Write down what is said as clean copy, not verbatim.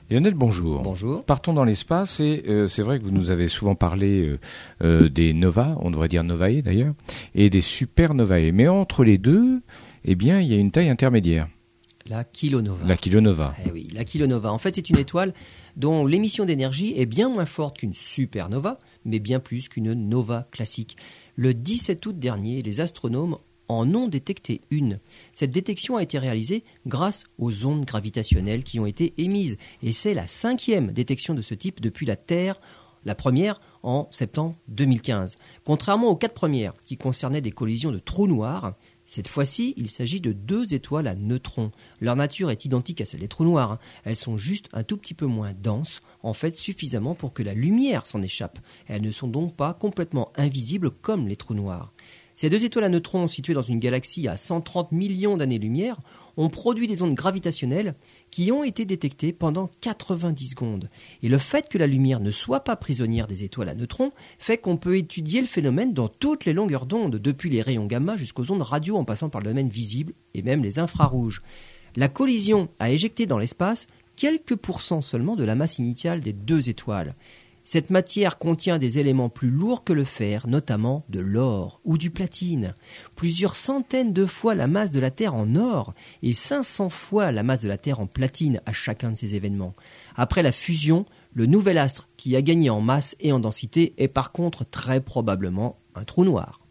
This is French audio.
Lionel, bonjour. Bonjour. Partons dans l'espace et c'est vrai que vous nous avez souvent parlé des novas, on devrait dire novae d'ailleurs, et des supernovae. Mais entre les deux, eh bien, il y a une taille intermédiaire. La kilonova. La kilonova. Eh oui, la kilonova. En fait, c'est une étoile dont l'émission d'énergie est bien moins forte qu'une supernova, mais bien plus qu'une nova classique. Le 17 août dernier, les astronomes en ont détecté une. Cette détection a été réalisée grâce aux ondes gravitationnelles qui ont été émises. Et c'est la 5e détection de ce type depuis la Terre, la première en septembre 2015. Contrairement aux 4 premières qui concernaient des collisions de trous noirs, cette fois-ci, il s'agit de 2 étoiles à neutrons. Leur nature est identique à celle des trous noirs. Elles sont juste un tout petit peu moins denses, en fait suffisamment pour que la lumière s'en échappe. Elles ne sont donc pas complètement invisibles comme les trous noirs. Ces 2 étoiles à neutrons situées dans une galaxie à 130 millions d'années-lumière ont produit des ondes gravitationnelles qui ont été détectées pendant 90 secondes. Et le fait que la lumière ne soit pas prisonnière des étoiles à neutrons fait qu'on peut étudier le phénomène dans toutes les longueurs d'onde, depuis les rayons gamma jusqu'aux ondes radio en passant par le domaine visible et même les infrarouges. La collision a éjecté dans l'espace quelques pourcents seulement de la masse initiale des 2 étoiles. Cette matière contient des éléments plus lourds que le fer, notamment de l'or ou du platine. Plusieurs centaines de fois la masse de la Terre en or et 500 fois la masse de la Terre en platine à chacun de ces événements. Après la fusion, le nouvel astre qui a gagné en masse et en densité est par contre très probablement un trou noir.